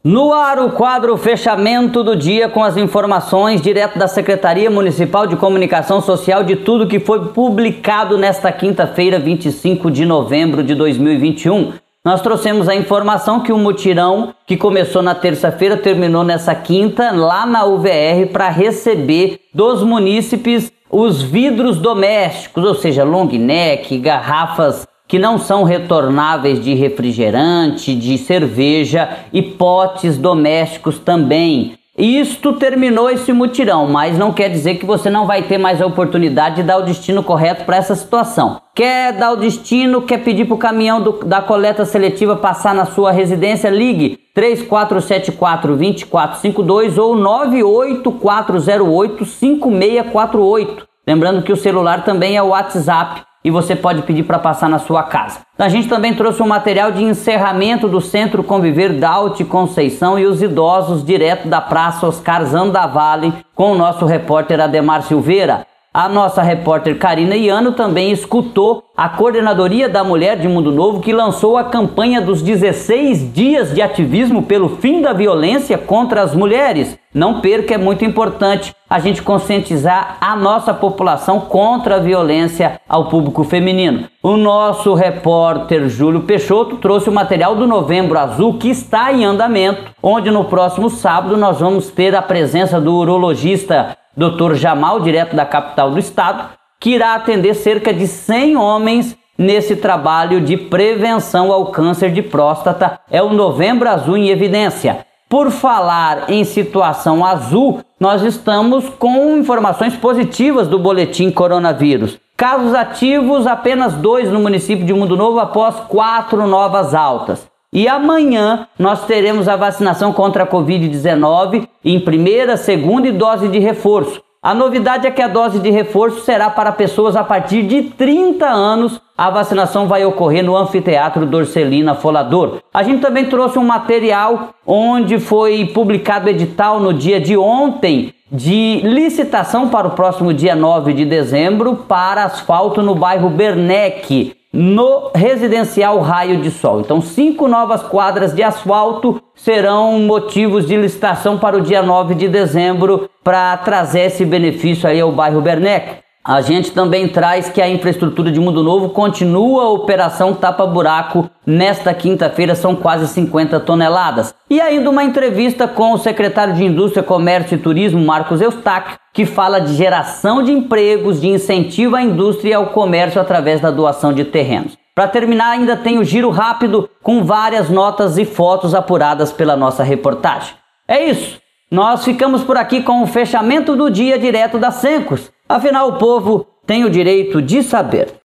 No ar, o quadro Fechamento do Dia com as informações direto da Secretaria Municipal de Comunicação Social de tudo que foi publicado nesta quinta-feira, 25 de novembro de 2021. Nós trouxemos a informação que o mutirão, que começou na terça-feira, terminou nessa quinta, lá na UVR, para receber dos munícipes os vidros domésticos, ou seja, long neck, garrafas que não são retornáveis de refrigerante, de cerveja e potes domésticos também. Isto terminou esse mutirão, mas não quer dizer que você não vai ter mais a oportunidade de dar o destino correto para essa situação. Quer dar o destino, quer pedir para o caminhão da coleta seletiva passar na sua residência? Ligue 3474-2452 ou 98408-5648. Lembrando que o celular também é o WhatsApp e você pode pedir para passar na sua casa. A gente também trouxe um material de encerramento do Centro Conviver Daute Conceição e os idosos direto da Praça Oscar Zandavalle com o nosso repórter Ademar Silveira. A nossa repórter Karina Iano também escutou a Coordenadoria da Mulher de Mundo Novo, que lançou a campanha dos 16 dias de ativismo pelo fim da violência contra as mulheres. Não perca, é muito importante a gente conscientizar a nossa população contra a violência ao público feminino. O nosso repórter Júlio Peixoto trouxe o material do Novembro Azul, que está em andamento, onde no próximo sábado nós vamos ter a presença do urologista Dr. Jamal, direto da capital do estado, que irá atender cerca de 100 homens nesse trabalho de prevenção ao câncer de próstata. É o Novembro Azul em evidência. Por falar em situação azul, nós estamos com informações positivas do boletim coronavírus. Casos ativos, apenas 2 no município de Mundo Novo após 4 novas altas. E amanhã nós teremos a vacinação contra a Covid-19 em primeira, segunda e dose de reforço. A novidade é que a dose de reforço será para pessoas a partir de 30 anos. A vacinação vai ocorrer no Anfiteatro Dorcelina Folador. A gente também trouxe um material onde foi publicado o edital no dia de ontem de licitação para o próximo dia 9 de dezembro para asfalto no bairro Bernec, no residencial Raio de Sol. Então, 5 novas quadras de asfalto serão motivos de licitação para o dia 9 de dezembro para trazer esse benefício aí ao bairro Bernec. A gente também traz que a infraestrutura de Mundo Novo continua a operação tapa-buraco. Nesta quinta-feira são quase 50 toneladas. E ainda uma entrevista com o secretário de Indústria, Comércio e Turismo, Marcos Eustáquio, que fala de geração de empregos, de incentivo à indústria e ao comércio através da doação de terrenos. Para terminar, ainda tem o giro rápido com várias notas e fotos apuradas pela nossa reportagem. É isso. Nós ficamos por aqui com o fechamento do dia direto da Sencos. Afinal, o povo tem o direito de saber.